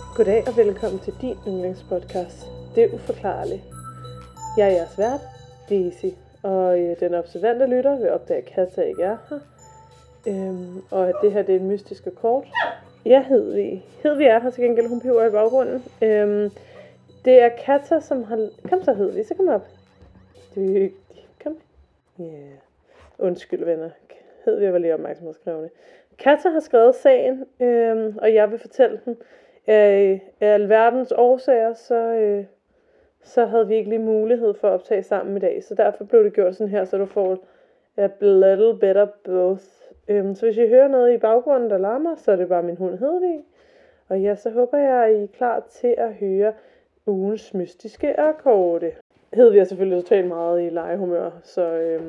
Goddag og velkommen til din yndlingspodcast. Det er uforklarligt. Jeg er jeres vært, Daisy, og den observante lytter vil opdage, at Katja ikke er her. Og at det her det er en mystisk kort. Ja, Hedvig. Hedvig er her til gengæld, hun piver i baggrunden. Det er Katja, som har... Kom så, Hedvig, så kom op. Kom. Yeah. Undskyld, venner. Hedvig var lige opmærksomhedskrævende. Katja har skrevet sagen, og jeg vil fortælle den. Af alverdens årsager, så havde vi ikke lige mulighed for at optage sammen i dag. Så derfor blev det gjort sådan her, så du får a little better both. Så hvis I hører noget i baggrunden, der larmer, så er det bare min hund Hedvig. Og ja, så håber jeg, at I er klar til at høre ugens mystiske akkorde. Hedvig er selvfølgelig totalt meget i legehumør, så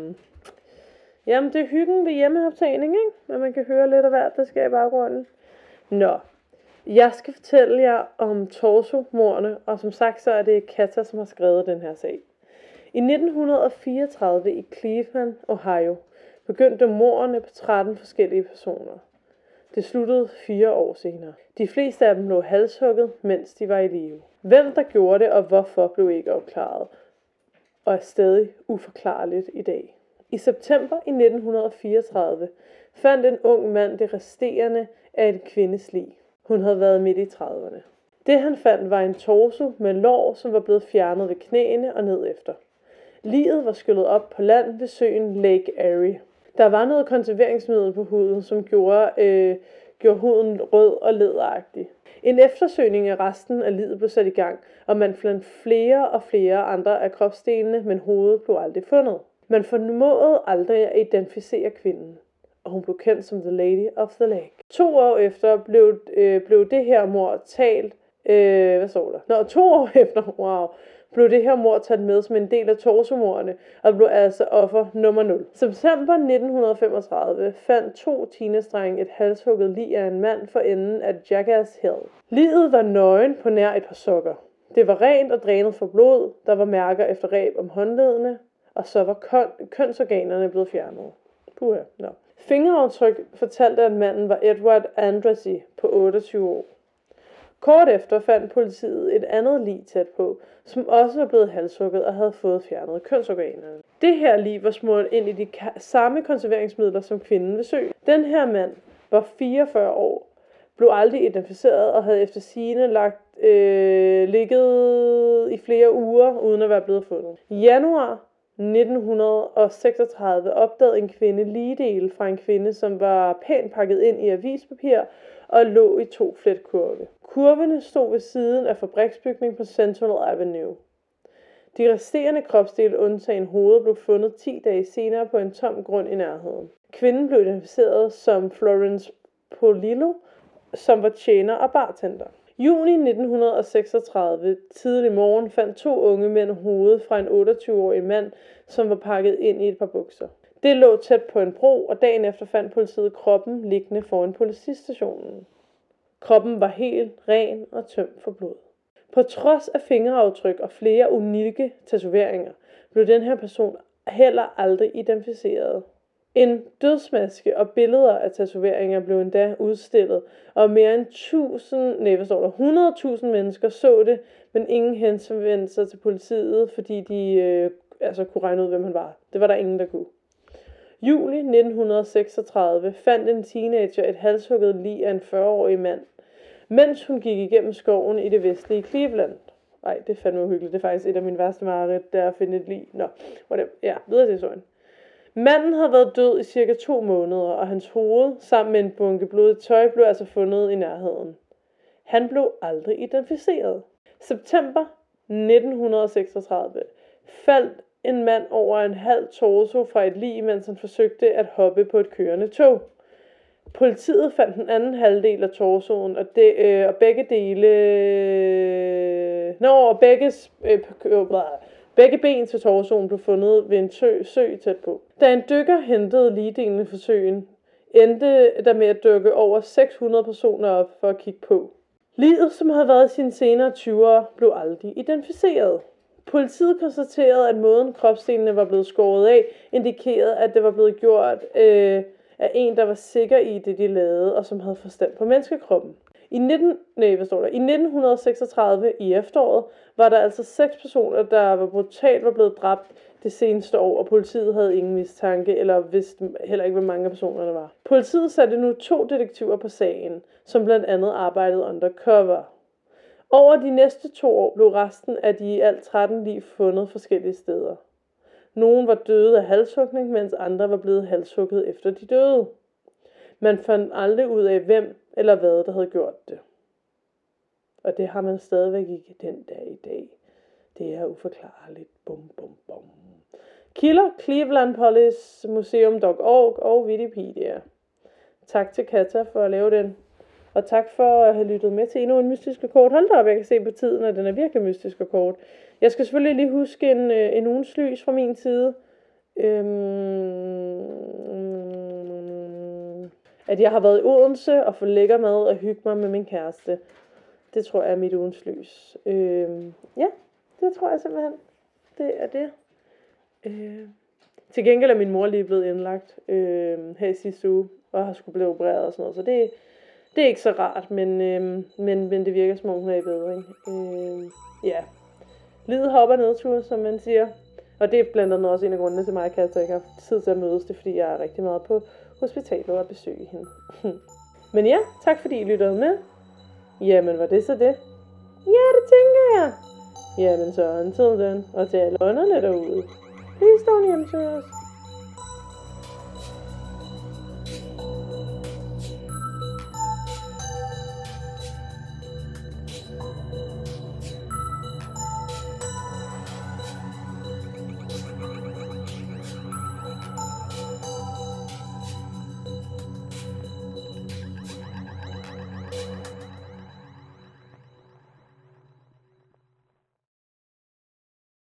jamen det er hyggen ved hjemmeoptagning, ikke? Og man kan høre lidt af hvert, der sker i baggrunden. Nå. Jeg skal fortælle jer om Torso-mordene, og som sagt så er det Katja, som har skrevet den her sag. I 1934 i Cleveland, Ohio, begyndte mordene på 13 forskellige personer. Det sluttede 4 år senere. De fleste af dem blev halshugget, mens de var i live. Hvem der gjorde det og hvorfor blev ikke opklaret, og er stadig uforklarligt i dag. I september i 1934 fandt en ung mand det resterende af et kvindes lig. Hun havde været midt i 30'erne. Det han fandt var en torso med lår, som var blevet fjernet ved knæene og ned efter. Liget var skyllet op på land ved søen Lake Erie. Der var noget konserveringsmiddel på huden, som gjorde huden rød og læderagtig. En eftersøgning af resten af liget blev sat i gang, og man fandt flere og flere andre af kropsdelene, men hovedet blev aldrig fundet. Man formåede aldrig at identificere kvinden, og hun blev kendt som The Lady of the Lake. 2 år efter blev det her mord talt... 2 år efter, blev det her mord taget med som en del af Torso-mordene, og blev altså offer nummer 0. September 1935 fandt 2 teenagedrenge et halshugget lig af en mand for enden af Jackass Hill. Liget var nøgen på nær et par sokker. Det var rent og drænet for blod, der var mærker efter reb om håndledene, og så var kønsorganerne blevet fjernet. Puha, no. Fingeraftryk fortalte, at manden var Edward Andrassy på 28 år. Kort efter fandt politiet et andet lig tæt på, som også var blevet halshugget og havde fået fjernet kønsorganerne. Det her lig var smurt ind i de samme konserveringsmidler som kvinden ved søen. Den her mand var 44 år, blev aldrig identificeret og havde efter sigende ligget i flere uger uden at være blevet fundet. I januar 1936 opdagede en kvinde ligedele fra en kvinde, som var pænt pakket ind i avispapir og lå i 2 fletkurve. Kurvene stod ved siden af fabriksbygningen på Central Avenue. De resterende kropsdele undtagen hovedet blev fundet 10 dage senere på en tom grund i nærheden. Kvinden blev identificeret som Florence Polillo, som var tjener og bartender. Juni 1936, tidlig morgen, fandt 2 unge mænd hovedet fra en 28-årig mand, som var pakket ind i et par bukser. Det lå tæt på en bro, og dagen efter fandt politiet kroppen liggende foran politistationen. Kroppen var helt ren og tømt for blod. På trods af fingeraftryk og flere unikke tatoveringer, blev den her person heller aldrig identificeret. En dødsmaske og billeder af tatoveringer blev endda udstillet, og mere end 100.000 mennesker så det, men ingen henvendte sig til politiet, fordi de kunne regne ud, hvem han var. Det var der ingen, der kunne. Juli 1936 fandt en teenager et halshugget lig af en 40-årig mand, mens hun gik igennem skoven i det vestlige Cleveland. Nej, det er fandme uhyggeligt. Det er faktisk et af mine værste mareridt, der at finde et lig. Nå, ja, videre til historien. Manden havde været død i cirka 2 måneder, og hans hoved sammen med en bunke blodigt tøj blev altså fundet i nærheden. Han blev aldrig identificeret. September 1936 faldt en mand over en halv torso fra et lig, mens han forsøgte at hoppe på et kørende tog. Politiet fandt den anden halvdel af torsoen, og begge ben til torsoen blev fundet ved en sø tæt på. Da en dykker hentede ligdelene fra søen, endte der med at dukke over 600 personer op for at kigge på. Liget, som havde været i sine senere 20'ere, blev aldrig identificeret. Politiet konstaterede, at måden kropsdelene var blevet skåret af, indikerede, at det var blevet gjort af en, der var sikker i det, de lavede, og som havde forstand på menneskekroppen. I 1936 i efteråret var der altså 6 personer, der brutalt var blevet dræbt det seneste år, og politiet havde ingen mistanke, eller vidste heller ikke, hvor mange af personerne var. Politiet satte nu 2 detektiver på sagen, som blandt andet arbejdede undercover. Over de næste 2 år blev resten af de i alt 13 lig fundet forskellige steder. Nogle var døde af halshugning, mens andre var blevet halshugget efter de døde. Man fandt aldrig ud af, hvem eller hvad, der havde gjort det. Og det har man stadigvæk ikke den dag i dag. Det er uforklarligt. Bum, bum, bum. Kilder, Cleveland Police, Museum.org og Wikipedia. Tak til Katja for at lave den. Og tak for at have lyttet med til endnu en mystisk og kort. Hold da op, jeg kan se på tiden, at den er virkelig mystisk og kort. Jeg skal selvfølgelig lige huske en ugens lys fra min side. At jeg har været i Odense og få lækker mad og hygge mig med min kæreste. Det tror jeg er mit ugens lys. Ja, det tror jeg simpelthen. Det er det. Til gengæld er min mor lige blevet indlagt her i sidste uge, og har skulle blive opereret og sådan noget. Så det er ikke så rart, men det virker som om hun er i bedring. Ja. Livet hopper nedtur, som man siger. Og det er blandt andet også en af grundene til mig, at jeg ikke har tid til at mødes. Det er fordi, jeg er rigtig meget på hospitalet og besøge hende. Men ja, tak fordi I lyttede med. Jamen, var det så det? Ja, det tænker jeg. Jamen så until then, og til alle ånderne derude. Please don't hjemme til os.